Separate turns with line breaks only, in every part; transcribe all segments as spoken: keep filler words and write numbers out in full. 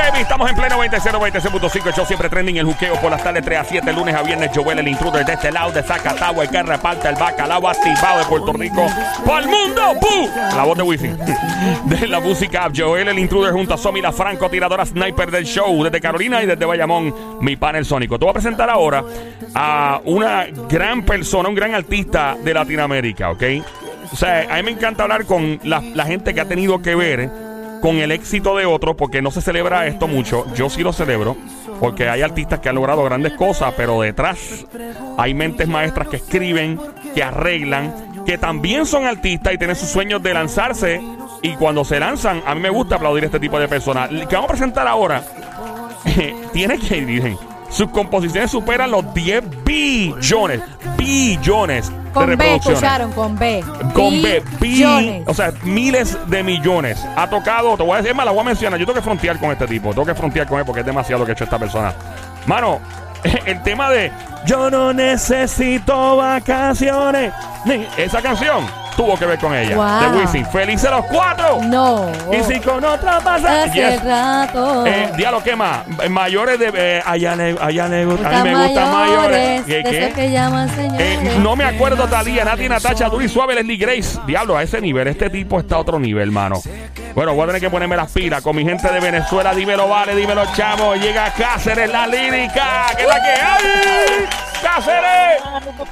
baby. Estamos en pleno noventa y cero, noventa y seis punto cinco. El show siempre trending. El juqueo por las tardes tres a siete. Lunes a viernes. Joel, el intruder de este lado de Zacatagua. El que reparte el bacalao activado de Puerto Rico. ¡Para el mundo! ¡Bú! La voz de Wisin. De la música app. Joel, el intruder junto a Somi, la francotiradora sniper del show. Desde Carolina y desde Bayamón, mi panel sónico. Te voy a presentar ahora a una gran persona, un gran artista de Latinoamérica, ¿ok? O sea, a mí me encanta hablar con la, la gente que ha tenido que ver con el éxito de otros, porque no se celebra esto mucho. Yo sí lo celebro, porque hay artistas que han logrado grandes cosas, pero detrás hay mentes maestras que escriben, que arreglan, que también son artistas y tienen sus sueños de lanzarse. Y cuando se lanzan, a mí me gusta aplaudir a este tipo de personas. El que vamos a presentar ahora tiene que, dicen, sus composiciones superan los diez billones, billones
con
de
B,
reproducciones.
escucharon, con B.
Con B,
billones.
O sea, miles de millones. Ha tocado, te voy a decir más, la voy a mencionar. Yo tengo que frontear con este tipo, tengo que frontear con él porque es demasiado que ha hecho esta persona. Mano, el tema de yo no necesito vacaciones, esa canción tuvo que ver con ella.
Wow.
De Wisin. ¡Felices los cuatro!
No.
Y si con otra pasa.
Hace
Yes.
rato.
Eh, Diablo, ¿qué más? Mayores de. Eh, allá le, allá le gustan. A mí me gustan
mayores,
mayores. ¿Qué?
de esos que llaman señores.
Eh, no me acuerdo, Talía, Nati, Natacha, Duri Suave, Leslie Grace. Diablo, a ese nivel. Este tipo está a otro nivel, mano. Bueno, voy a tener que ponerme las pilas con mi gente de Venezuela. Dímelo, vale, dímelo, chamo. Llega Cáceres, la lírica. ¿Qué es la que hay? ¡Cáceres!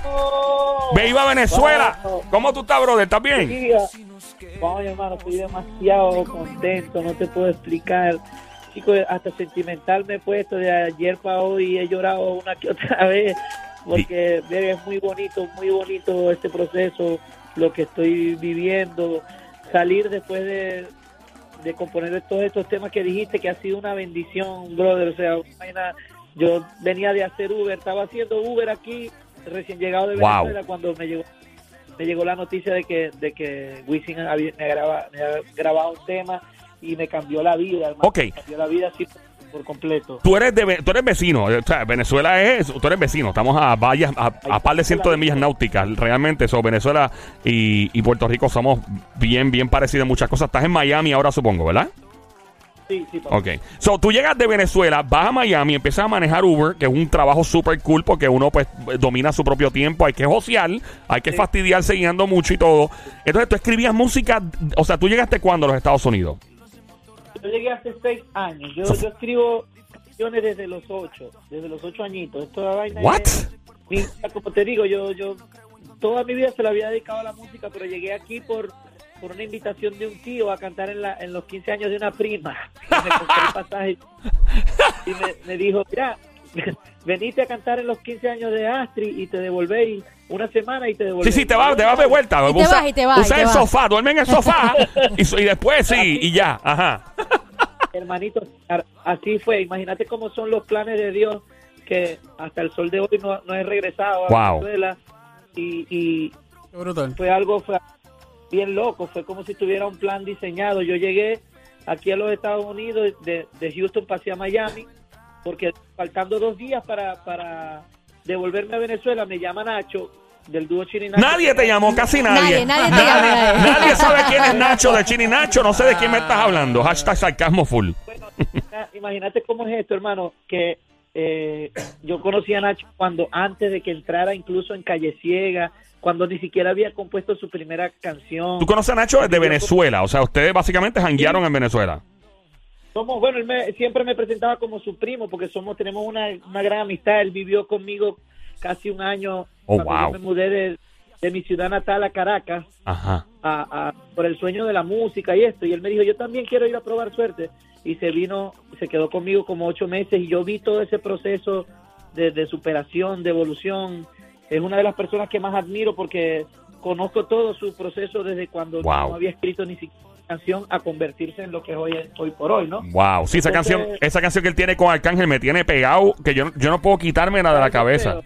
Ve, iba a Venezuela. ¿Cómo tú estás, brother? ¿Estás bien?
Vamos, hermano, estoy demasiado contento, no te puedo explicar. Chicos, hasta sentimental me he puesto de ayer para hoy, he llorado una que otra vez, porque sí, es muy bonito, muy bonito este proceso, lo que estoy viviendo, salir después de, de componer todos estos temas que dijiste, que ha sido una bendición, brother. O sea, imagina, yo venía de hacer Uber, estaba haciendo Uber aquí, recién llegado de Venezuela, wow, cuando me llegó me llegó la noticia de que de que Wisin había, me, graba, me había grabado un tema y me cambió la vida, hermano.
Ok.
Me cambió la vida así por, por completo.
Tú eres de, tú eres vecino, o sea, Venezuela es, tú eres vecino, estamos a vallas, a, a par de cientos de millas náuticas, realmente eso, Venezuela y, y Puerto Rico somos bien, bien parecidos en muchas cosas. Estás en Miami ahora, supongo, ¿verdad?
Sí, sí, papá.
Ok. So, tú llegas de Venezuela, vas a Miami, empiezas a manejar Uber, que es un trabajo súper cool porque uno pues domina su propio tiempo, hay que josear, hay que sí, fastidiarse guiando mucho y todo. Entonces, tú escribías música, o sea, ¿tú llegaste cuándo a los Estados Unidos?
Yo llegué hace seis años. Yo, yo escribo canciones desde los ocho, desde los ocho añitos. Esto la vaina
¿What?
Es, mi, como te digo, yo, yo toda mi vida se la había dedicado a la música, pero llegué aquí por... por una invitación de un tío a cantar en, la, en los quince años de una prima. Y me compré el pasaje y me, me dijo, mira, veniste a cantar en los quince años de Astrid y te devolvéis una semana y te devolvéis.
Sí, sí, te vas te vas de vuelta.
Y te
usa,
vas y te vas.
Usa
y te
el
vas.
sofá, duerme en el sofá y, y después sí, y ya, ajá.
Hermanito, así fue. Imagínate cómo son los planes de Dios, que hasta el sol de hoy no, no he regresado a
wow.
Venezuela. Y, y
Qué brutal.
fue algo... Fue, bien loco, fue como si tuviera un plan diseñado. Yo llegué aquí a los Estados Unidos, de, de Houston pasé a Miami, porque faltando dos días para, para devolverme a Venezuela, me llama Nacho, del dúo Chini Nacho.
Nadie te llamó, casi nadie.
Nadie, nadie te llama. Nadie.
Nadie sabe quién es Nacho de Chini Nacho, no sé de quién me estás hablando. Hashtag sarcasmo full.
Bueno, imagínate cómo es esto, hermano, que eh, yo conocí a Nacho cuando antes de que entrara incluso en Calle Ciega, cuando ni siquiera había compuesto su primera canción.
¿Tú conoces a Nacho desde Venezuela? O sea, ustedes básicamente janguearon sí. en Venezuela.
Somos, bueno, él me, siempre me presentaba como su primo porque somos tenemos una, una gran amistad. Él vivió conmigo casi un año
oh,
cuando
wow.
yo me mudé de, de mi ciudad natal a Caracas.
Ajá.
A, a, por el sueño de la música y esto. Y él me dijo, yo también quiero ir a probar suerte. Y se vino, se quedó conmigo como ocho meses y yo vi todo ese proceso de, de superación, de evolución. Es una de las personas que más admiro porque conozco todo su proceso desde cuando
wow.
no había escrito ni siquiera una canción a convertirse en lo que es hoy, hoy por hoy, ¿no?
Wow, sí, esa Entonces, canción, esa canción que él tiene con Arcángel me tiene pegado, que yo, yo no puedo quitarme nada de la cabeza.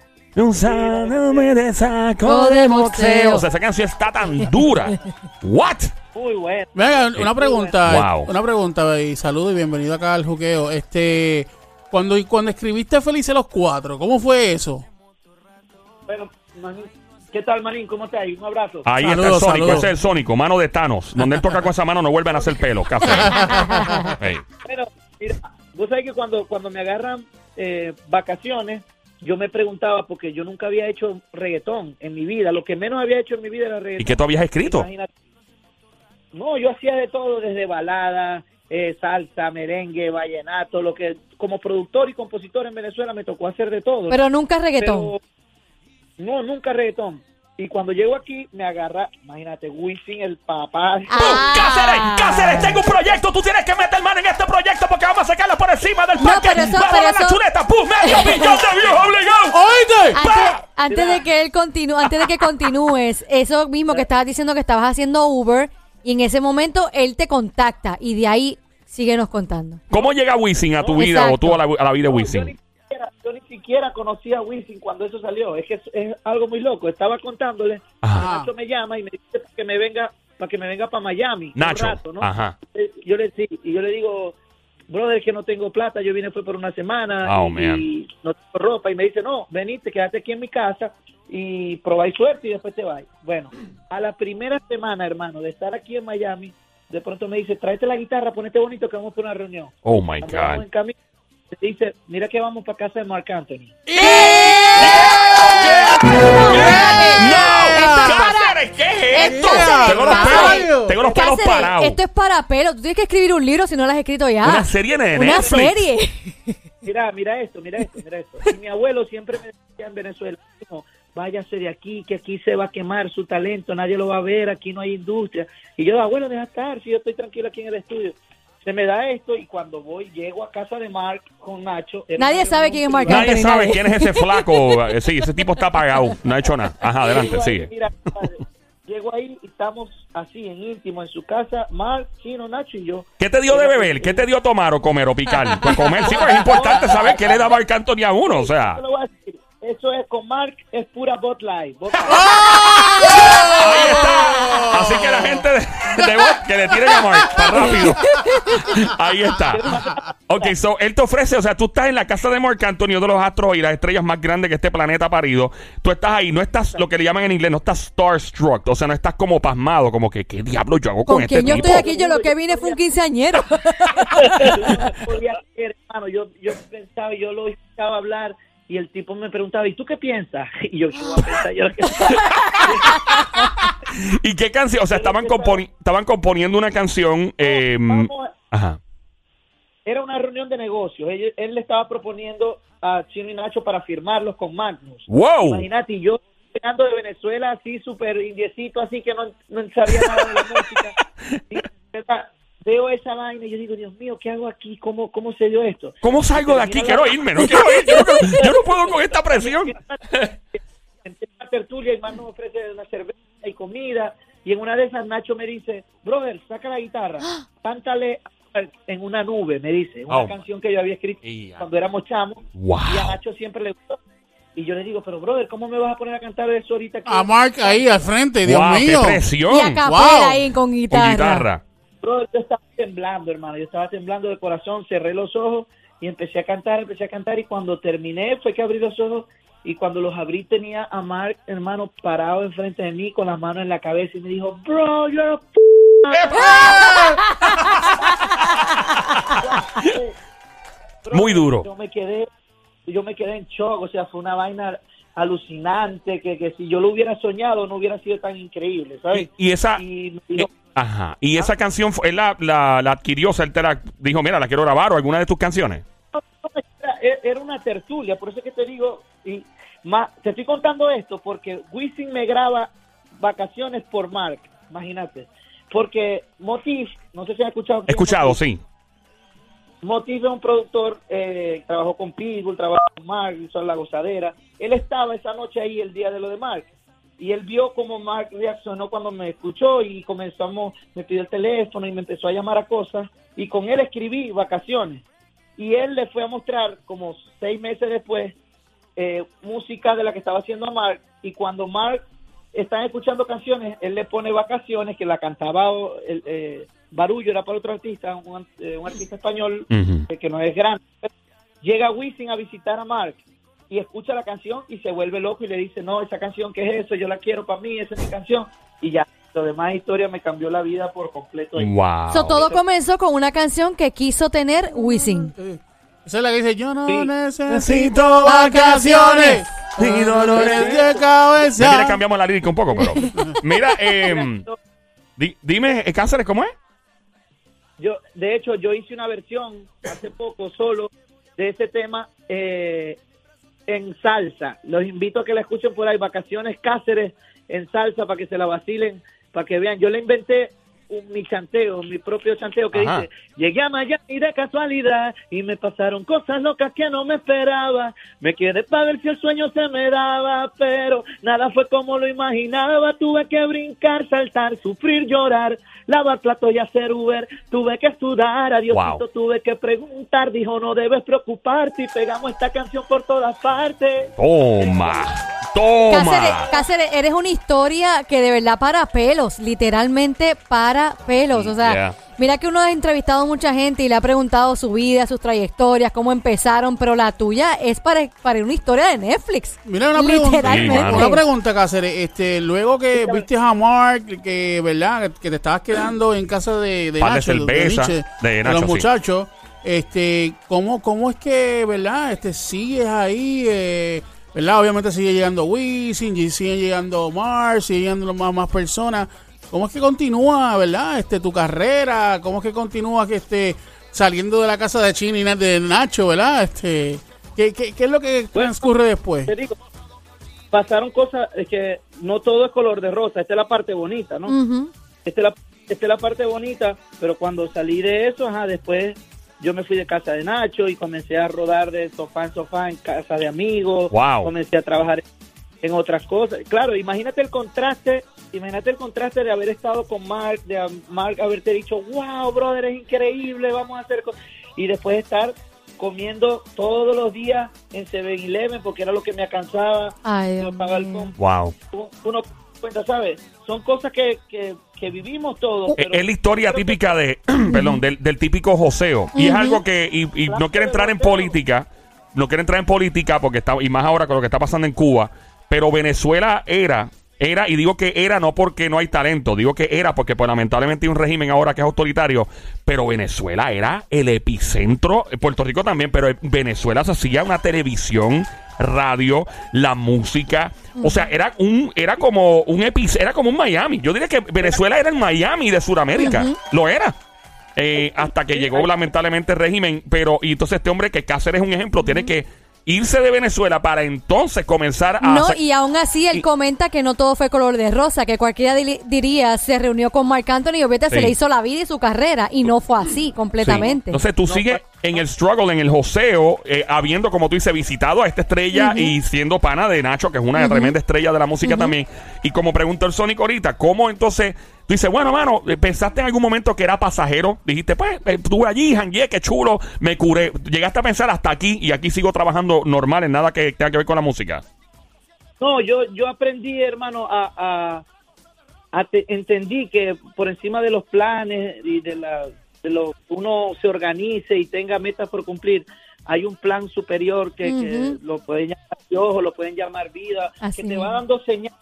Usándome de saco de boxeo. O sea, esa canción está tan dura. What?
Muy bueno.
Venga, una pregunta,
wow.
una pregunta y saludo y bienvenido acá al juqueo. Este, cuando cuando escribiste Felices los Cuatro, ¿cómo fue eso?
Bueno, ¿qué tal, Marín? ¿Cómo estás? Un abrazo.
Ahí
saludos,
está el Sónico,
saludos.
ese es el Sónico, mano de Thanos. Donde él toca con esa mano no vuelven a hacer pelo. Café. Hey.
Bueno, mira, vos sabés que cuando, cuando me agarran eh, vacaciones, yo me preguntaba, porque yo nunca había hecho reggaetón en mi vida. Lo que menos había hecho en mi vida era reggaetón.
¿Y qué tú habías escrito?
Imagínate. No, yo hacía de todo, desde balada, eh, salsa, merengue, vallenato, lo que como productor y compositor en Venezuela me tocó hacer de todo.
Pero nunca reggaetón.
Pero, no, nunca reggaetón. Y cuando llego aquí, me agarra, imagínate, Wisin, el papá.
Ah.
¡Cáceres! ¡Cáceres! Tengo un proyecto. Tú tienes que meter mano en este proyecto porque vamos a sacarlo por encima del
No,
parque.
pero eso-
¡Vamos
pero
a la
eso-
chuleta! ¡Pum! ¡Medio millón de views obligados!
¡Oíste!
Antes, antes de que él continúe, antes de que continúes, eso mismo que estabas diciendo que estabas haciendo Uber y en ese momento él te contacta y de ahí síguenos contando.
¿Cómo llega Wisin a tu
No,
vida
exacto.
o tú a la, a la vida de
No,
Wisin?
Yo ni, siquiera, yo ni siquiera conocí a Wisin cuando eso salió. Es que es, es algo muy loco. Estaba contándole,
Ajá.
Nacho me llama y me dice para que me venga para que me venga para Miami. un
Nacho,
rato, ¿no?
ajá.
Yo le sí, y yo le digo, brother, que no tengo plata. Yo vine fue por una semana
Oh,
y,
man.
y no tengo ropa. Y me dice, no, venite, quédate aquí en mi casa y probáis suerte y después te vais. Bueno, a la primera semana, hermano, de estar aquí en Miami, de pronto me dice, tráete la guitarra, ponete bonito que vamos por una reunión.
Oh, my
Cuando vamos
God.
en camino, me dice, mira que vamos para casa de Marc Anthony.
¡No! ¡Cáceres! ¿Qué es esto?
Esto-
Tengo los
Cáceres,
pelos, tengo los pelos
Cáceres,
parados.
esto es para pelo. Tú tienes que escribir un libro si no lo has escrito ya.
Una serie de
Una
Netflix.
serie.
Mira, mira esto, mira esto, mira esto. Y mi abuelo siempre me decía en Venezuela, no, váyase de aquí, que aquí se va a quemar su talento, nadie lo va a ver, aquí no hay industria. Y yo, abuelo, deja estar, si yo estoy tranquilo aquí en el estudio. Se me da esto y cuando voy, llego a casa de Marc con Nacho. era
Nadie
una
sabe
reunión
quién es Marc
privada.
Nadie
Anthony,
sabe
nadie.
quién es ese flaco. Eh, Sí, ese tipo está apagado. No ha hecho nada. Ajá, adelante,
Llego ahí,
sigue.
mira, padre, llego ahí y estamos así en íntimo en su casa, Marc, Chino, Nacho y yo.
¿Qué te dio de beber? ¿Qué te dio a tomar o comer o picar? Pues comer, sí, pues es importante saber qué le da Marc Anthony a uno, o sea.
Yo lo voy a decir, eso es con Marc, es pura Bud Light. Bud Light.
Ahí está. Así que la gente de, de voz que le tiren a Marc, para rápido. Ahí está. Ok, so él te ofrece, o sea, tú estás en la casa de Marc Anthony, uno de los astros y las estrellas más grandes que este planeta ha parido. Tú estás ahí, no estás, lo que le llaman en inglés, no estás starstruck, o sea, no estás como pasmado, como que, ¿qué diablo yo hago con,
Con
este
quien yo
tipo?
estoy aquí, yo lo que vine fue un quinceañero.
Yo no podía creer, hermano. Yo, yo pensaba, yo lo escuchaba hablar y el tipo me preguntaba, ¿y tú qué piensas? Y yo, yo voy a pensar, yo lo que
¿Y qué canción? O sea, estaban, componi- estaban componiendo una canción. Eh,
Vamos a-
ajá.
Era una reunión de negocios. Él, él le estaba proponiendo a Chino y Nacho para firmarlos con Magnus.
¡Wow!
Imagínate, y yo llegando de Venezuela así, súper indiecito, así que no, no sabía nada de la música. Y, ¿verdad? Veo esa vaina y yo digo, Dios mío, ¿qué hago aquí? ¿Cómo, cómo se dio esto?
¿Cómo salgo de aquí?
Termina la-
Quiero irme, no quiero ir. Yo no, yo no puedo con esta presión.
En una tertulia y Magnus me ofrece una cerveza y comida. Y en una de esas Nacho me dice, brother, saca la guitarra, cántale en una nube, me dice. Una
Oh.
canción que yo había escrito
Ya.
cuando éramos chamos.
Wow.
Y a Nacho siempre le gustó. Y yo le digo, pero brother, ¿cómo me vas a poner a cantar eso ahorita? que-
A Marc ahí al frente, Dios
Wow,
mío.
qué presión.
Y a capela
Wow.
ahí con
Con
guitarra.
guitarra.
Brother, yo estaba temblando, hermano. Yo estaba temblando de corazón, cerré los ojos y empecé a cantar, empecé a cantar. Y cuando terminé, fue que abrí los ojos. Y cuando los abrí, tenía a Marc, hermano, parado enfrente de mí con las manos en la cabeza. Y me dijo, bro, you're a f-". Bro,
Muy duro.
Yo me quedé, yo me quedé en shock. O sea, fue una vaina alucinante que, que si yo lo hubiera soñado no hubiera sido tan increíble, ¿sabes?
Y, y esa.
Y me dijo,
eh, ajá. Y esa canción, fue- él la, la, la adquirió, o sea, él te la dijo, mira, la quiero grabar o alguna de tus canciones.
no, no, era, era una tertulia, por eso es que te digo, y ma- te estoy contando esto porque Wisin me graba Vacaciones por Marc, imagínate, porque Motif, no sé si has escuchado.
He escuchado, sí.
Motif es un productor, eh, trabajó con Pitbull, trabajó con Marc, hizo La Gozadera. Él estaba esa noche ahí el día de lo de Marc. Y él vio cómo Marc reaccionó cuando me escuchó y comenzamos, me pidió el teléfono y me empezó a llamar a cosas. Y con él escribí Vacaciones. Y él le fue a mostrar, como seis meses después, eh, música de la que estaba haciendo Marc. Y cuando Marc están escuchando canciones, él le pone Vacaciones, que la cantaba el, eh, Barullo, era para otro artista, un, eh, un artista español
Ujú.
eh, que no es grande. Llega Wisin a visitar a Marc y escucha la canción y se vuelve loco y le dice, no, esa canción, ¿qué es eso? Yo la quiero para mí, esa es mi canción. Y ya, lo demás historia me cambió la vida por completo.
Wow.
So, todo comenzó con una canción que quiso tener Wisin.
Sí. Esa es la que dice, yo no
Sí.
necesito vacaciones ni dolores de
Ya
cabeza.
quieres cambiamos la lírica un poco, pero... Mira, eh, di- dime, eh, Cáceres, ¿cómo es?
Yo, de hecho, yo hice una versión hace poco solo de ese tema eh, en salsa. Los invito a que la escuchen por ahí, Vacaciones Cáceres en salsa, para que se la vacilen, para que vean. Yo le inventé un, mi chanteo, mi propio chanteo que
Ajá.
dice, llegué a Miami de casualidad y me pasaron cosas locas que no me esperaba. Me quedé para ver si el sueño se me daba, pero nada fue como lo imaginaba. Tuve que brincar, saltar, sufrir, llorar, lavar platos y hacer Uber. Tuve que estudiar, a Diosito
Wow.
tuve que preguntar. Dijo, no debes preocuparte, y pegamos esta canción por todas partes.
Toma. Toma.
Cáceres, Cáceres, eres una historia que de verdad para pelos, literalmente para pelos. O sea,
Yeah.
mira que uno ha entrevistado a mucha gente y le ha preguntado su vida, sus trayectorias, cómo empezaron, pero la tuya es para, para una historia de Netflix.
Mira, una pregunta,
Literalmente.
Sí, mano.
una pregunta, Cáceres. Este, luego que viste a Mark, que verdad, que te estabas quedando en casa de, de
Par de
Nacho,
cerveza,
Nietzsche,
de Nacho,
los
sí.
muchachos, este, ¿cómo, cómo es que, verdad, este, sigues ahí, eh, verdad? Obviamente sigue llegando Wisin, y siguen llegando Mark, siguen llegando más, más personas. ¿Cómo es que continúa, verdad, este, tu carrera? ¿Cómo es que continúa que este, saliendo de la casa de Chini y de Nacho, verdad? Este, ¿qué, qué, qué es lo que transcurre después?
Te digo, pasaron cosas, es que no todo es color de rosa, esta es la parte bonita, ¿no?
Ujú.
Esta es la, esta es la parte bonita, pero cuando salí de eso, ajá, después yo me fui de casa de Nacho y comencé a rodar de sofá en sofá en casa de amigos.
Wow.
Comencé a trabajar en otras cosas. Claro, imagínate el contraste, imagínate el contraste de haber estado con Mark, de a- Mark haberte dicho, wow, brother, es increíble, vamos a hacer cosas. Y después estar comiendo todos los días en seven eleven porque era lo que me alcanzaba.
Ay,
Yo
Dios
pagaba el
mío.
com-
Wow.
Uno cuenta, ¿sabes? Son cosas que, que, que vivimos todos.
Eh,
pero
Es la historia
creo que-
típica de, perdón, del, del típico joseo. Y es algo que, y, y no quiere entrar en política, no quiere entrar en política porque está, y más ahora con lo que está pasando en Cuba, pero Venezuela era, era, y digo que era no porque no hay talento, digo que era porque pues lamentablemente hay un régimen ahora que es autoritario, pero Venezuela era el epicentro, Puerto Rico también, pero Venezuela se hacía una televisión, radio, la música, o sea, era un, era como un epic, era como un Miami. Yo diría que Venezuela era el Miami de Sudamérica, lo era. Eh, hasta que llegó lamentablemente el régimen, pero y entonces este hombre que Cáceres es un ejemplo, tiene que irse de Venezuela para entonces comenzar a
No,
hacer-
y aún así él
y-
comenta que no todo fue color de rosa, que cualquiera di- diría se reunió con Marc Anthony y obviamente
Sí.
se le hizo la vida y su carrera, y no fue así completamente.
Sí. Entonces tú sigues en el struggle, en el joseo, eh, habiendo, como tú dices, visitado a esta estrella y siendo pana de Nacho, que es una tremenda estrella de la música también. Y como preguntó el Sónico ahorita, ¿cómo entonces tú dices, bueno, mano, eh, pensaste en algún momento que era pasajero? Dijiste, pues, eh, estuve allí, jangué, qué chulo, me curé. Llegaste a pensar hasta aquí y aquí sigo trabajando normal, en nada que tenga que ver con la música.
No, yo, yo aprendí, hermano, a, a, a te- entendí que por encima de los planes y de la de lo uno se organice y tenga metas por cumplir, hay un plan superior que, que
Ujú.
lo pueden llamar Dios o lo pueden llamar vida,
Así
que te
es.
va dando señales.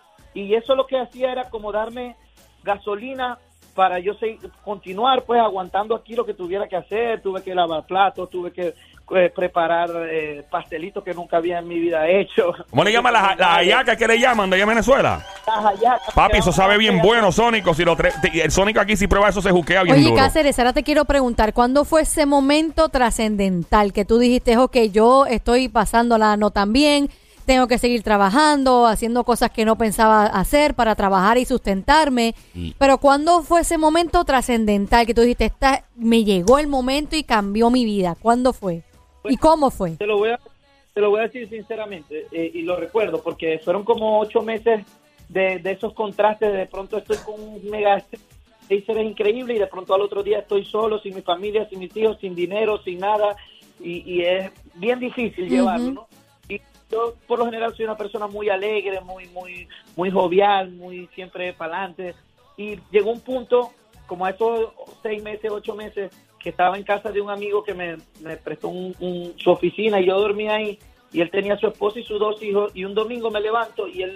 Y eso lo que hacía era como darme gasolina para yo seguir, continuar pues aguantando aquí lo que tuviera que hacer. Tuve que lavar platos, tuve que eh, preparar eh, pastelitos que nunca había en mi vida hecho.
¿Cómo le llaman las la hallacas que le llaman de allá en Venezuela?
Las hallacas.
Papi, eso sabe bien bueno, Sónico. Si lo tre- te- el Sónico aquí si prueba eso se juquea bien
Oye,
duro.
Cáceres, ahora te quiero preguntar, ¿cuándo fue ese momento trascendental que tú dijiste, ok, yo estoy pasándola no tan bien, tengo que seguir trabajando, haciendo cosas que no pensaba hacer para trabajar y sustentarme?
Y-
Pero ¿cuándo fue ese momento trascendental que tú dijiste, esta, me llegó el momento y cambió mi vida? ¿Cuándo fue? ¿Y cómo fue?
Te lo voy a, te lo voy a decir sinceramente, eh, y lo recuerdo, porque fueron como ocho meses de, de esos contrastes. De pronto estoy con un mega seres increíble y de pronto al otro día estoy solo, sin mi familia, sin mis hijos, sin dinero, sin nada, y, y es bien difícil llevarlo, ¿no? Y yo por lo general soy una persona muy alegre, muy muy muy jovial, muy siempre para adelante, y llegó un punto, como a esos seis meses, ocho meses, que estaba en casa de un amigo que me, me prestó un, un- su oficina y yo dormía ahí, y él tenía su esposa y sus dos hijos, y un domingo me levanto y él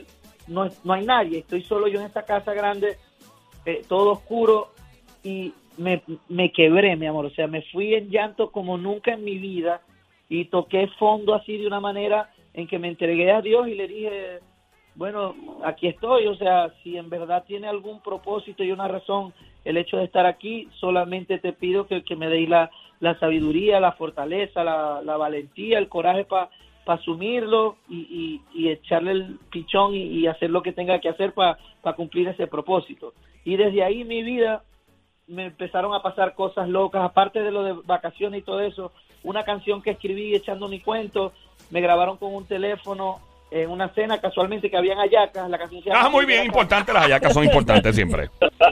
no, no hay nadie, estoy solo yo en esta casa grande, eh, todo oscuro, y me, me quebré, mi amor, o sea, me fui en llanto como nunca en mi vida, y toqué fondo así de una manera en que me entregué a Dios y le dije, bueno, aquí estoy, o sea, si en verdad tiene algún propósito y una razón el hecho de estar aquí, solamente te pido que, que me deis la, la sabiduría, la fortaleza, la, la valentía, el coraje para pa asumirlo y, y, y echarle el pichón y, y hacer lo que tenga que hacer para pa cumplir ese propósito. Y desde ahí mi vida me empezaron a pasar cosas locas, aparte de lo de vacaciones y todo eso, una canción que escribí echando mi cuento, me grabaron con un teléfono en una cena casualmente que habían hallacas, la canción se llama...
Ah, muy bien, importante, las hallacas son importantes siempre.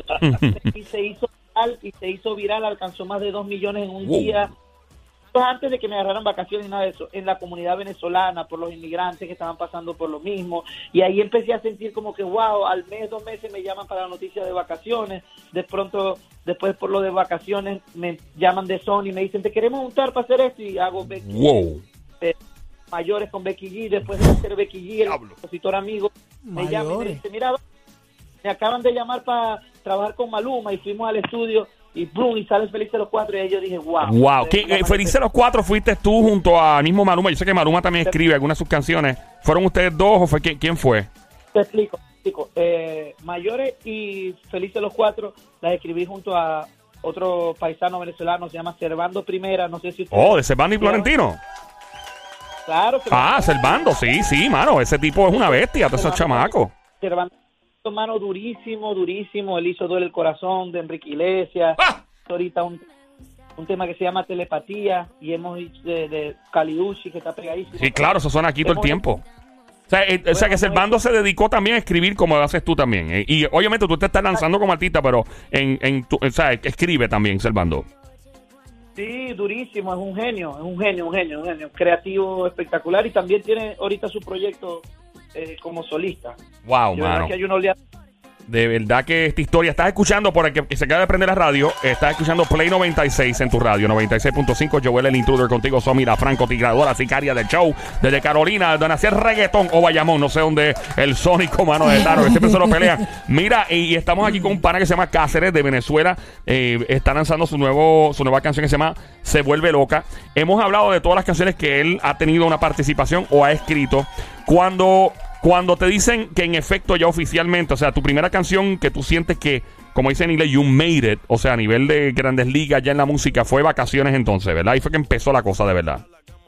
Y se hizo viral, y se hizo viral, alcanzó más de dos millones en un
wow.
día. Pues antes de que me agarraran vacaciones y nada de eso, en la comunidad venezolana, por los inmigrantes que estaban pasando por lo mismo, y ahí empecé a sentir como que, wow, al mes, dos meses me llaman para la noticia de vacaciones, de pronto, después por lo de vacaciones, me llaman de Sony y me dicen, te queremos juntar para hacer esto, y hago Becky
wow.
eh, mayores con Becky G, después de hacer Becky G, el compositor amigo, me llama y me dice, mira, me acaban de llamar para trabajar con Maluma, y fuimos al estudio, y boom, y sales Felices los Cuatro, y yo dije, wow.
Wow, ¿Qué, eh, Felices los Cuatro fuiste tú junto a mismo Maluma? Yo sé que Maluma también escribe algunas de sus canciones. ¿Fueron ustedes dos o fue quién, quién fue?
Te explico, te explico. Eh, Mayores y Felices los Cuatro las escribí junto a otro paisano venezolano, se llama Servando Primera, no sé si usted...
Oh, de Servando y Florentino.
Claro.
Ah, Servando, sí, sí, mano, ese tipo es una bestia, todos esos chamacos.
Servando, mano, durísimo, durísimo, él hizo Duele el Corazón de Enrique Iglesias,
¡Ah!
ahorita un, un tema que se llama Telepatía, y hemos hecho de, de Caliucci, que está pegadísimo.
Sí, claro, eso suena aquí todo el tiempo. O sea, eh, o sea que Servando se dedicó también a escribir como haces tú también. Eh, y obviamente tú te estás lanzando como artista, pero en, en tu, o sea, escribe también Servando.
Sí, durísimo, es un genio, es un genio, un genio, un genio, creativo, espectacular, y también tiene ahorita su proyecto eh, como solista.
Wow,
Yo
mano.
que hay un oleaje.
De verdad que esta historia, estás escuchando, por el que, que se acaba de prender la radio, estás escuchando Play noventa y seis en tu radio, noventa y seis punto cinco, Joel el Intruder contigo, Somira Franco, tiradora, sicaria del show, desde Carolina, donde hacía reggaetón o Bayamón, no sé dónde, el sónico mano de Taro, que siempre se lo pelean. Mira, y estamos aquí con un pana que se llama Cáceres, de Venezuela, eh, está lanzando su nuevo su nueva canción que se llama Se Vuelve Loca. Hemos hablado de todas las canciones que él ha tenido una participación o ha escrito. Cuando... Cuando te dicen que en efecto ya oficialmente, o sea, tu primera canción que tú sientes que, como dicen en inglés, you made it, o sea, a nivel de Grandes Ligas ya en la música, fue Vacaciones entonces, ¿verdad? Ahí fue que empezó la cosa de verdad.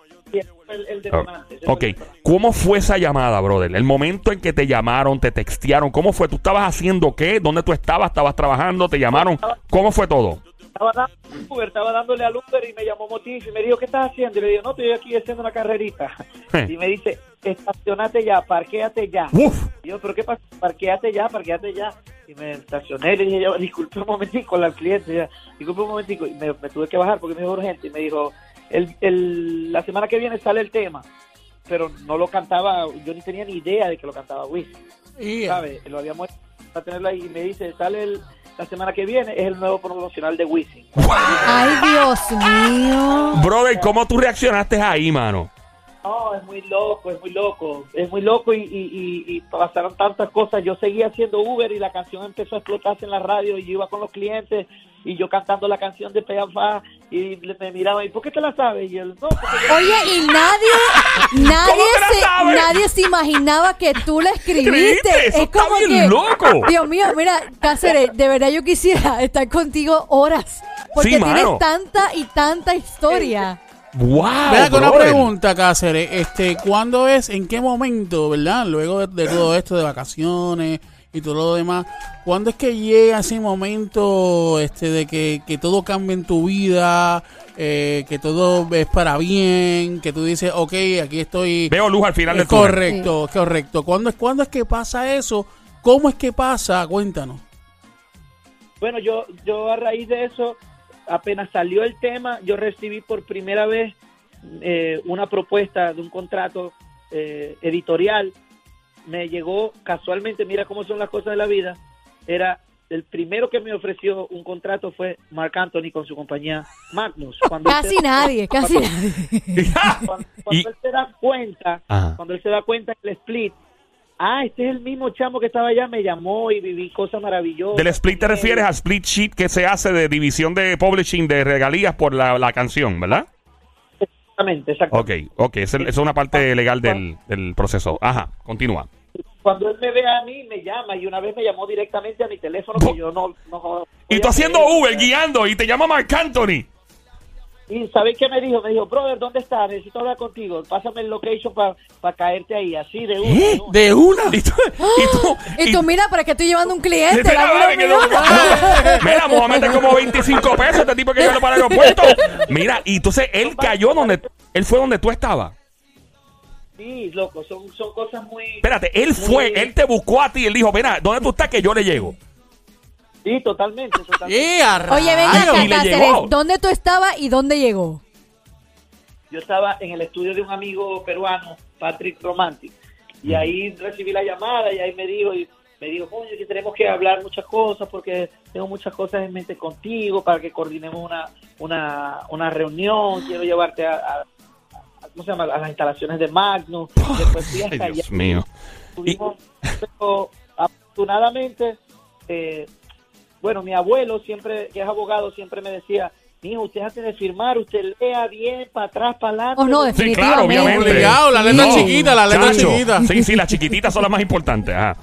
El, el de
Oh. Ok, ¿cómo fue esa llamada, brother? El momento en que te llamaron, te textearon, ¿cómo fue? ¿Tú estabas haciendo qué? ¿Dónde tú estabas? ¿Estabas trabajando? ¿Te llamaron? ¿Cómo fue todo?
Estaba, dando, Uber, estaba dándole al Uber y me llamó Motif y me dijo, ¿qué estás haciendo? Y le digo, no, estoy aquí haciendo una carrerita. Y me dice, estacionate ya, parquéate ya.
Uf.
Y yo, ¿pero qué pasa? Parquéate ya, parquéate ya. Y me estacioné y le dije, yo, disculpe un momentico al cliente, ya, disculpe un momentico. Y me, me tuve que bajar porque me dijo urgente. Y me dijo, el, el, la semana que viene sale el tema. Pero no lo cantaba, yo ni tenía ni idea de que lo cantaba Wisin.
Yeah.
¿Sabes? Lo habíamos para tenerlo ahí y me dice, sale el... La semana que viene es el nuevo promocional de Wisin.
Ay, Dios mío.
Brother, ¿cómo tú reaccionaste ahí, mano?
No, es muy loco, es muy loco, es muy loco y, y, y, y pasaron tantas cosas. Yo seguía haciendo Uber y la canción empezó a explotarse en la radio y yo iba con los clientes y yo cantando la canción de Peafá y me miraban, ¿y por qué te la sabes? Y él, no, porque yo...
Oye, y nadie, nadie
¿Cómo te la
se,
sabes?
nadie se imaginaba que tú la escribiste.
¿Escribiste? Eso
Es
está
como
bien
que,
loco.
Dios mío, mira, Cáceres, de verdad yo quisiera estar contigo horas. Porque
Sí,
tienes
mano.
tanta y tanta historia.
Wow,
Vea con una
brother.
pregunta, Cáceres. Este, ¿cuándo es, en qué momento, verdad? Luego de, de todo esto de vacaciones y todo lo demás, ¿cuándo es que llega ese momento este de que, que todo cambia en tu vida, eh, que todo es para bien, que tú dices, ok, aquí estoy...
Veo luz al final
Eh,
del túnel.
correcto, correcto. ¿Cuándo es, ¿Cuándo es que pasa eso? ¿Cómo es que pasa? Cuéntanos.
Bueno, yo, yo a raíz de eso, apenas salió el tema, yo recibí por primera vez eh, una propuesta de un contrato eh, editorial. Me llegó casualmente, mira cómo son las cosas de la vida, era el primero que me ofreció un contrato fue Marc Anthony con su compañía Magnus. Cuando él
Casi
se-
nadie, casi nadie.
Cuando, cuando
Y-
él se da cuenta,
Ajá.
cuando él se da cuenta del split, ah, este es el mismo chamo que estaba allá, me llamó y viví cosas maravillosas.
¿Del split te refieres al split sheet que se hace de división de publishing de regalías por la, la canción, verdad?
Exactamente, exactamente.
Ok, ok, esa es una parte legal del, del proceso. Ajá, continúa.
Cuando él me ve a mí, me llama, y una vez me llamó directamente a mi teléfono, que yo no... no
y tú haciendo Uber, guiando, y te llama Marc Anthony.
Y ¿sabes qué me dijo? Me dijo, brother, ¿dónde estás? Necesito hablar contigo. Pásame el location para pa caerte ahí, así, de una.
¿Eh? ¿De una?
Y tú, y tú,
Y tú, mira, pero es que estoy llevando un cliente.
Mira,
la
vale, que no- Mira, vamos a meter como veinticinco pesos este tipo que llegó para el aeropuerto. Mira, y entonces él cayó donde... Él fue donde tú estabas.
Sí, loco, son, son cosas muy...
Espérate, él
muy-
fue, él te buscó a ti, él dijo, mira, ¿dónde tú estás que yo le llego?
Sí, totalmente, totalmente.
¡Eh, a
Oye, ven
rayos!
acá,
Y le
Cáceres,
llegó.
¿dónde tú estabas y dónde llegó?
Yo estaba en el estudio de un amigo peruano, Patrick Romantic, y ahí recibí la llamada y ahí me dijo, y me dijo, coño, que tenemos que hablar muchas cosas porque tengo muchas cosas en mente contigo para que coordinemos una una, una reunión, quiero llevarte a, a, a- ¿cómo se llama? A las instalaciones de Magnum. Después fui hasta
Ay, Dios
allá.
mío.
Tuvimos- pero afortunadamente, eh, bueno, mi abuelo siempre, que es abogado, siempre me decía, mijo, usted antes de firmar, usted lea bien, para atrás, para adelante.
Oh, no,
Sí, claro,
definitivamente.
obviamente.
Obligado, la letra
No,
chiquita, la letra
chacho.
chiquita.
Sí, sí, las chiquititas son las más importantes. Ajá.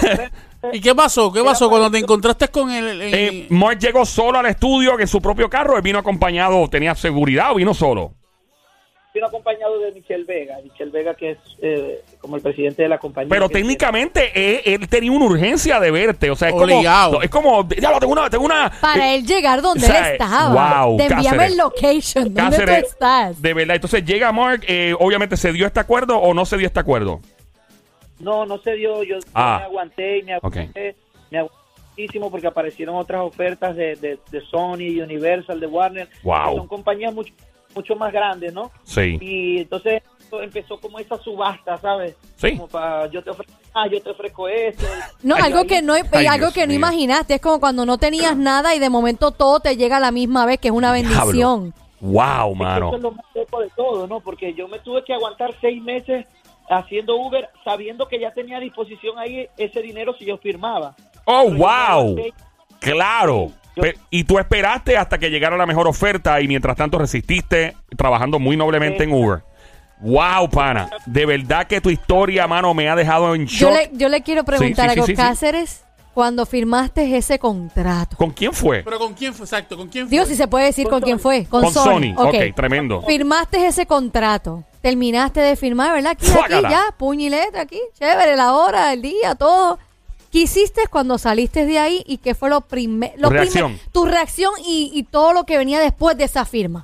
¿Y qué pasó? ¿Qué pasó cuando te encontraste con el... el-
Eh, Mark llegó solo al estudio en su propio carro, él vino acompañado, tenía seguridad o vino solo.
Vino acompañado de Michelle Vega, Michelle Vega que es eh, como el presidente de la compañía.
Pero
que-
técnicamente él, él tenía una urgencia de verte, o sea, es
Obligado.
como, es como, ya lo tengo una, tengo una.
Para él llegar donde
o sea,
él estaba.
wow,
Te envíame
Cáceres.
el location. ¿Dónde
Cáceres,
tú estás?
de verdad, entonces llega Mark, eh, obviamente se dio este acuerdo o no se dio este acuerdo.
No, no se dio, yo, yo
Ah.
me aguanté y me aguanté, me aguanté muchísimo porque aparecieron otras ofertas de, de, de Sony, Universal, de Warner,
Wow.
que son compañías mucho, mucho más grandes, ¿no?
Sí.
Y entonces empezó como esa subasta, ¿sabes?
Sí.
Como para, yo te ofrezco, ah, yo te ofrezco esto.
No,
Ay,
algo
ahí-
que no,
Ay,
algo
Dios
que no
mío.
imaginaste. Es como cuando no tenías nada y de momento todo te llega a la misma vez, que es una bendición.
Wow,
Eso
mano.
es lo más loco de todo, ¿no? Porque yo me tuve que aguantar seis meses haciendo Uber, sabiendo que ya tenía a disposición ahí ese dinero si yo firmaba.
Oh,
Pero yo me
wow.
aguanté.
Claro.
Yo-
Pe- y tú esperaste hasta que llegara la mejor oferta y mientras tanto resististe trabajando muy noblemente en Uber. Wow, pana. De verdad que tu historia, mano, me ha dejado en
Yo
shock.
le, yo le quiero preguntar
Sí, sí,
algo,
sí, sí, sí.
Cáceres, cuando firmaste ese contrato.
¿Con quién fue?
¿Pero con quién fue? Exacto, ¿con quién fue?
Dios, si se puede decir con,
Con
quién
Sony.
fue. Con,
Con Sony.
Ok.
Ok, tremendo.
Firmaste ese contrato. Terminaste de firmar, ¿verdad? Aquí, aquí,
Fuácala.
ya, puño y letra, aquí. Chévere, la hora, el día, todo. ¿Qué hiciste cuando saliste de ahí y qué fue lo primero?
Tu reacción.
Tu reacción y, y todo lo que venía después de esa firma.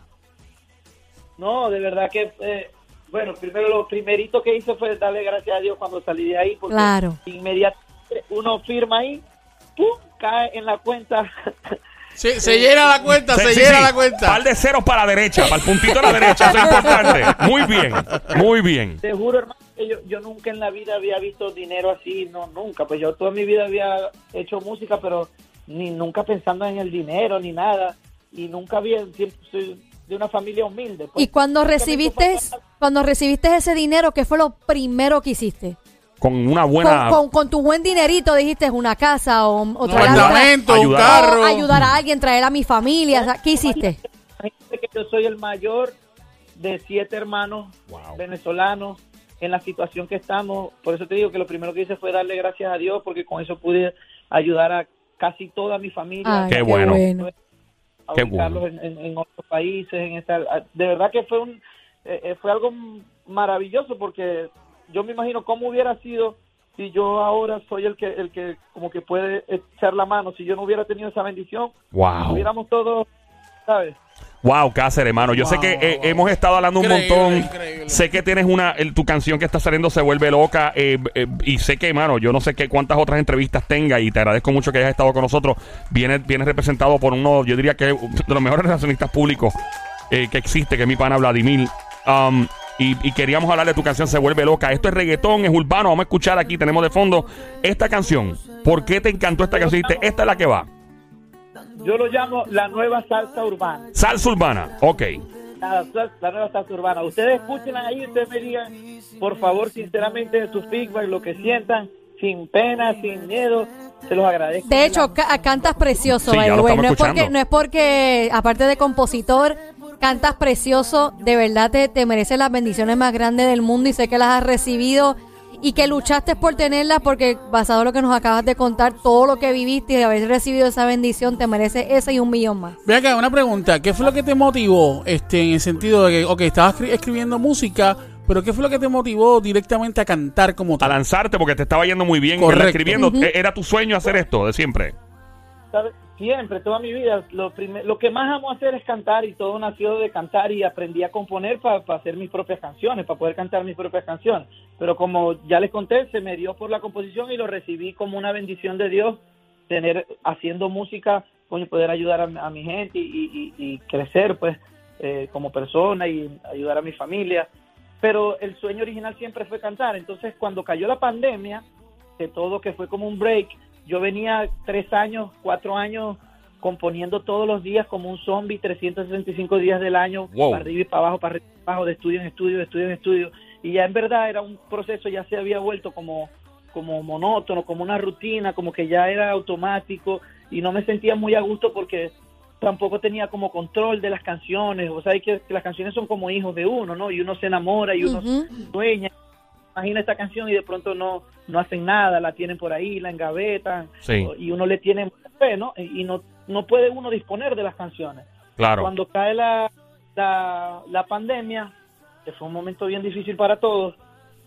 No, de verdad que, eh, bueno, primero lo primerito que hice fue darle gracias a Dios cuando salí de ahí, porque
Claro.
inmediatamente uno firma ahí, ¡pum!, cae en la cuenta.
Se, se llena la cuenta, se
Sí, sí,
llena
sí.
la cuenta.
Par de ceros para la derecha, para el puntito de la derecha, eso es importante. Muy bien, muy bien.
Te juro, hermano, que yo, yo nunca en la vida había visto dinero así, no, nunca. Pues yo toda mi vida había hecho música, pero ni nunca pensando en el dinero ni nada. Y nunca había, siempre soy de una familia humilde. pues.
Y cuando
Nunca me
recibiste,
hizo falta-
cuando recibiste ese dinero, ¿qué fue lo primero que hiciste?
Con una
Con,
buena...
con, con tu buen dinerito dijiste una casa o, o
Un
traer a-
apartamento, un
Ayudar.
carro.
o ayudar a alguien, traer a mi familia. O sea, ¿qué hiciste?
Imagínate que yo soy el mayor de siete hermanos
Wow.
venezolanos en la situación que estamos. Por eso te digo que lo primero que hice fue darle gracias a Dios, porque con eso pude ayudar a casi toda mi familia.
Ay,
Qué bueno.
A
Qué
ubicarlos
bueno.
en, en- en otros países, en esta, de verdad que fue un eh, eh, fue algo maravilloso, porque yo me imagino cómo hubiera sido si yo ahora soy el que el que como que puede echar la mano, si yo no hubiera tenido esa bendición,
Wow.
hubiéramos todos, ¿sabes?
Wow, Cáceres, hermano. Yo sé que eh, hemos estado hablando un
Increíble,
montón.
increíble.
Sé que tienes una... el- tu canción que está saliendo se vuelve loca. eh, eh, y sé que, hermano, yo no sé qué cuántas otras entrevistas tenga. Y te agradezco mucho que hayas estado con nosotros. Vienes, vienes representado por uno, yo diría que de los mejores relacionistas públicos eh, que existe, que es mi pana Vladimir. Um, y, y queríamos hablar de tu canción Se Vuelve Loca. Esto es reggaetón, es urbano. Vamos a escuchar aquí. Tenemos de fondo esta canción. ¿Por qué te encantó esta canción? Dijiste, esta es la que va.
Yo lo llamo la nueva salsa urbana.
Salsa urbana. Ok.
Nada, la nueva salsa urbana. Ustedes escúchenla ahí, ustedes me digan, por favor, sinceramente, sus feedback, lo que sientan, sin pena, sin miedo, se los agradezco.
De hecho, ca cantas precioso,
Sí,
by
ya
the
lo
way.
estamos
No es porque,
escuchando.
no es porque, aparte de compositor, cantas precioso. De verdad te, te mereces las bendiciones más grandes del mundo y sé que las has recibido y que luchaste por tenerlas porque basado en lo que nos acabas de contar, todo lo que viviste y de haber recibido esa bendición, te mereces esa y un millón más.
Ve acá, una pregunta. ¿Qué fue lo que te motivó este, en el sentido de que, ok, estabas escri- escribiendo música, pero qué fue lo que te motivó directamente a cantar como
A
tal?
lanzarte porque te estaba yendo muy bien,
Correcto.
¿verdad? Escribiendo.
Ujú.
¿Era tu sueño hacer esto de siempre?
¿Sabes? Siempre, toda mi vida, lo, primer, lo que más amo hacer es cantar y todo nació de cantar y aprendí a componer para pa hacer mis propias canciones, para poder cantar mis propias canciones. Pero como ya les conté, se me dio por la composición y lo recibí como una bendición de Dios, tener haciendo música, coño, poder ayudar a, a mi gente y, y, y crecer pues eh, como persona y ayudar a mi familia. Pero el sueño original siempre fue cantar. Entonces cuando cayó la pandemia, de todo que fue como un break, yo venía tres años, cuatro años componiendo todos los días como un zombie, trescientos sesenta y cinco días del año,
Wow.
para arriba y para abajo, para arriba y para abajo, de estudio en estudio, de estudio en estudio. Y ya en verdad era un proceso, ya se había vuelto como, como monótono, como una rutina, como que ya era automático y no me sentía muy a gusto porque tampoco tenía como control de las canciones. O sea, que, que las canciones son como hijos de uno, ¿no? Y uno se enamora y uno
Ujú.
sueña. Imagina esta canción y de pronto no no hacen nada, la tienen por ahí, la engavetan,
Sí.
y uno le tiene mucha fe, ¿no? Y y no no puede uno disponer de las canciones.
Claro.
Cuando cae la, la, la pandemia, que fue un momento bien difícil para todos,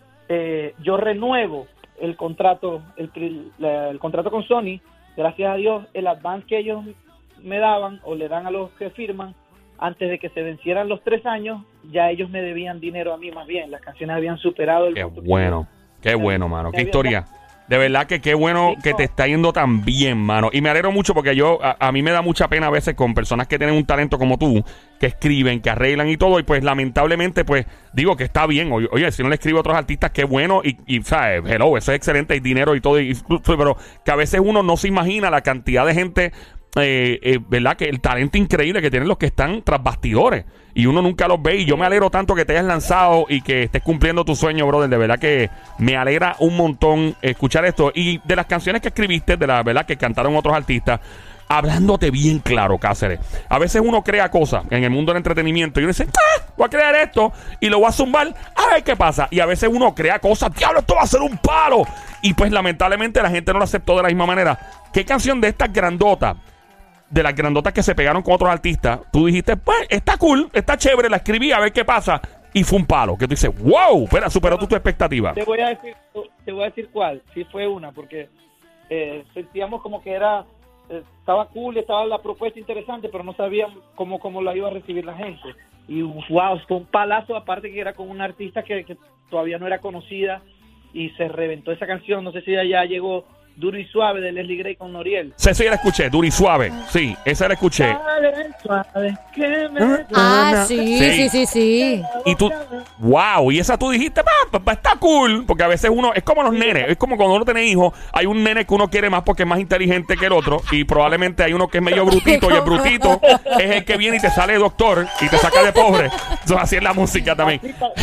eh, yo renuevo el contrato, el, pri- la- el contrato con Sony. Gracias a Dios, el advance que ellos me daban o le dan a los que firman, antes de que se vencieran los tres años, ya ellos me debían dinero a mí más bien. Las canciones habían superado el
Qué
monto que
bueno, qué bueno, mano. Qué historia. De verdad que qué bueno que te está yendo tan bien, mano. Y me alegro mucho porque yo, a, a mí me da mucha pena a veces con personas que tienen un talento como tú, que escriben, que arreglan y todo, y pues lamentablemente, pues, digo que está bien. Oye, oye, si no le escribo a otros artistas, qué bueno, y, y ¿sabes? Hello, eso es excelente, y dinero y todo, y, pero que a veces uno no se imagina la cantidad de gente, eh, eh, ¿verdad? Que el talento increíble que tienen los que están tras bastidores, y uno nunca los ve, y yo me alegro tanto que te hayas lanzado y que estés cumpliendo tu sueño, brother. De verdad que me alegra un montón escuchar esto. Y de las canciones que escribiste, de la verdad que cantaron otros artistas, hablándote bien claro, Cáceres, a veces uno crea cosas en el mundo del entretenimiento y uno dice, ah, voy a crear esto y lo voy a zumbar, a ver qué pasa. Y a veces uno crea cosas, diablo, esto va a ser un palo, y pues lamentablemente la gente no lo aceptó de la misma manera. ¿Qué canción de estas grandotas, de las grandotas que se pegaron con otros artistas, tú dijiste, pues, está cool, está chévere, la escribí, a ver qué pasa, y fue un palo, que tú dices, wow, espera, superó tu, tu expectativa?
Te voy a decir, te voy a decir cuál. Sí fue una, porque eh, sentíamos como que era, eh, estaba cool, estaba la propuesta interesante, pero no sabíamos cómo, cómo la iba a recibir la gente. Y wow, fue un palazo, aparte que era con una artista que, que todavía no era conocida, y se reventó esa canción. No sé si allá llegó Duro y Suave de Leslie Gray con Noriel.
Sí, sí, la escuché, Duro y Suave, sí, esa la escuché.
Suave, suave, que me-
Ah, sí,
Sí.
sí, sí, sí.
Y tú, wow, y esa tú dijiste, "Pa, pa, está cool", porque a veces uno, es como los nenes, es como cuando uno tiene hijos, hay un nene que uno quiere más porque es más inteligente que el otro, y probablemente hay uno que es medio brutito, y el brutito es el que viene y te sale doctor y te saca de pobre. Entonces, así es la música también.
Así tal,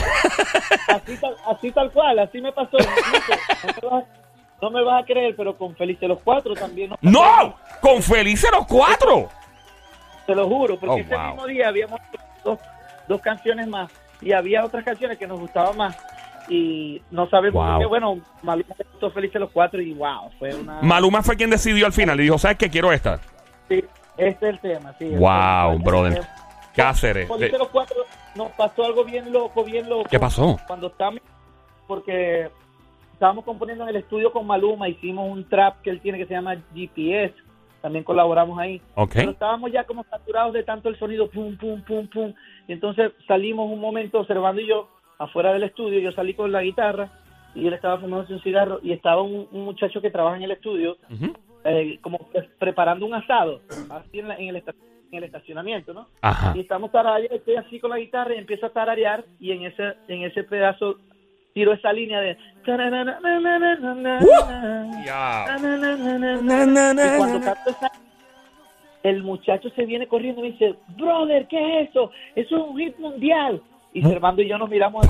así, tal, así tal cual, así me pasó. Incluso, no, me vas, no me vas a creer, pero con Felices los Cuatro también. nos pasó.
¡No! ¡Con Felices los Cuatro!
Te lo juro, porque
Oh,
ese
wow.
mismo día habíamos hecho dos, dos canciones más y había otras canciones que nos gustaban más y no sabemos
Wow.
por qué. Bueno, Maluma le gustó Felices los Cuatro y wow, fue una...
Maluma fue quien decidió al final y dijo, ¿sabes qué? Quiero esta.
Sí, este es el tema, sí.
Wow,
el tema.
brother.
Eh,
Cáceres.
Con Felices los Cuatro nos pasó algo bien loco, bien loco.
¿Qué pasó?
Cuando estábamos, porque estábamos componiendo en el estudio con Maluma, hicimos un trap que él tiene que se llama G P S, también colaboramos ahí.
Ok.
Pero estábamos ya como saturados de tanto el sonido, pum, pum, pum, pum. Y entonces salimos un momento, observando y yo, afuera del estudio, yo salí con la guitarra y él estaba fumándose un cigarro y estaba un, un muchacho que trabaja en el estudio,
Ujú.
eh, como pre- preparando un asado, así en, la- en el, esta- en el estacionamiento, ¿no?
Ajá.
Y estamos tarareando, estoy así con la guitarra y empiezo a tararear y en ese, en ese pedazo tiro esa línea de...
Ya.
Y cuando canto esa, el muchacho se viene corriendo y me dice, brother, ¿qué es eso? Eso es un hit mundial. Y Servando y yo nos miramos.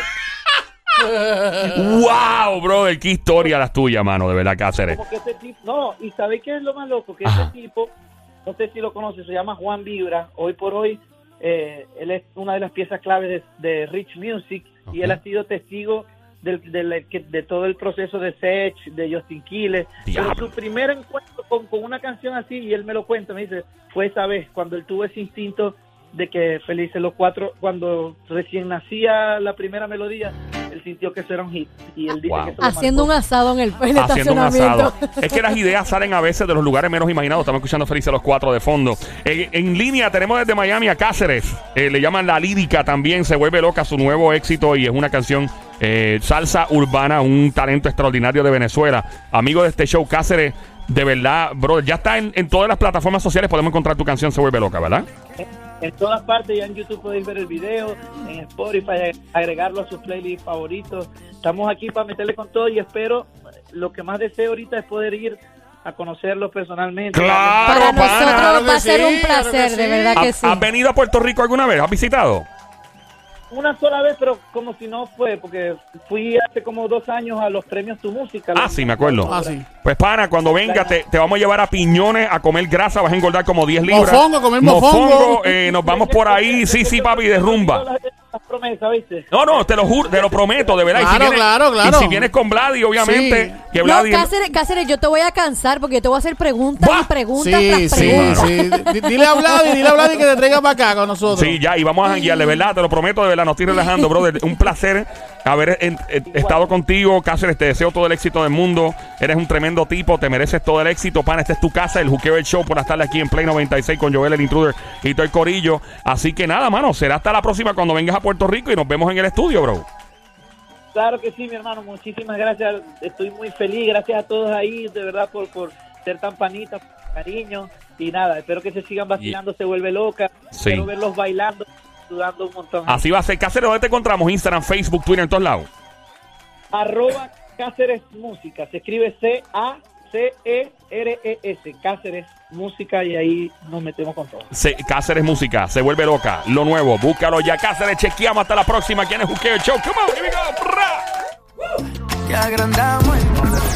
¡Wow, brother! ¡Qué historia las tuyas, mano! De verdad, Cáceres.
Como que ese tipo, no, y ¿sabéis qué es lo más loco? Que
Ajá.
ese tipo, no sé si lo conoces, se llama Juan Vibra. Hoy por hoy, eh, él es una de las piezas claves de, de Rich Music,
Okay.
y él ha sido testigo del, del- que- de todo el proceso de Sech, de Justin Quiles.
Diablo.
Pero su primer encuentro con, con una canción así, y él me lo cuenta, me dice, fue esa vez, cuando él tuvo ese instinto de que Felices los Cuatro, cuando recién nacía la primera melodía, él sintió que eso era un hit. Y él dice
Wow.
que eso lo
Haciendo un
marcó.
asado en el, en el
Haciendo un
estacionamiento.
asado. Es que las ideas salen a veces de los lugares menos imaginados. Estamos escuchando Felices los Cuatro de fondo. En, en línea tenemos desde Miami a Cáceres. Eh, le llaman La Lírica también. Se vuelve loca su nuevo éxito y es una canción eh, salsa urbana, un talento extraordinario de Venezuela. Amigo de este show, Cáceres, de verdad, bro, ya está en, en todas las plataformas sociales. Podemos encontrar tu canción Se Vuelve Loca, ¿verdad?
En todas partes, ya en YouTube podéis ver el video, en Spotify, agregarlo a sus playlists favoritos. Estamos aquí para meterle con todo y espero, lo que más deseo ahorita es poder ir a conocerlos personalmente.
¡Claro,
Para
pana!
nosotros
Claro que
va a ser
sí,
un
claro que
placer,
sí.
de verdad que
¿Has,
sí.
has venido a Puerto Rico alguna vez? ¿Has visitado?
Una sola vez, pero como si no fue, porque fui hace como dos años a los premios Tu Música.
Ah, sí, me acuerdo.
Ah, sí.
Pues, pana, cuando venga, te, te vamos a llevar a Piñones a comer grasa. Vas a engordar como diez libras.
Mofongo, comer mofongo.
eh, nos vamos por ahí. Sí, sí, papi, de rumba.
Las, las promesas, ¿viste?
No, no, te lo juro, te lo prometo, de verdad. Y si
Claro,
vienes-
claro, claro.
Y si vienes con Vladi, obviamente,
Sí.
que
No,
Vladi...
Cáceres, Cáceres, yo te voy a cansar porque yo te voy a hacer preguntas
¡Buah!
y preguntas
Sí,
tras
sí,
preguntas.
sí. D- Dile a Vladi, dile a Vladi que te traiga para acá con nosotros.
Sí, ya, y vamos a janguear, de verdad, te lo prometo, de verdad, no estoy relajando, brother. Un placer haber en- en- estado contigo, Cáceres, te deseo todo el éxito del mundo. Eres un tremendo tipo, te mereces todo el éxito, pana. Esta es tu casa, el Juqueo del Show, por estar aquí en Play noventa y seis con Joel, el Intruder y todo el corillo. Así que nada, mano, será hasta la próxima cuando vengas a Puerto Rico y nos vemos en el estudio, bro.
Claro que sí, mi hermano, muchísimas gracias. Estoy muy feliz, gracias a todos ahí, de verdad, por, por ser tan panitas, cariño. Y nada, espero que se sigan vacilando, Se Vuelve Loca.
Sí.
Quiero verlos bailando, sudando un montón.
Así va a ser. Cáceres, ¿dónde te encontramos? Instagram, Facebook, Twitter, en todos lados.
Arroba Cáceres Música, se escribe C A C E R E S, Cáceres Música, y ahí nos metemos con todo.
Se- Cáceres Música, Se Vuelve Loca, lo nuevo, búscalo ya. Cáceres, chequeamos, hasta la próxima. ¿Quién es Juqueo el Show? Come on, here we go. Bra.
Que agrandamos el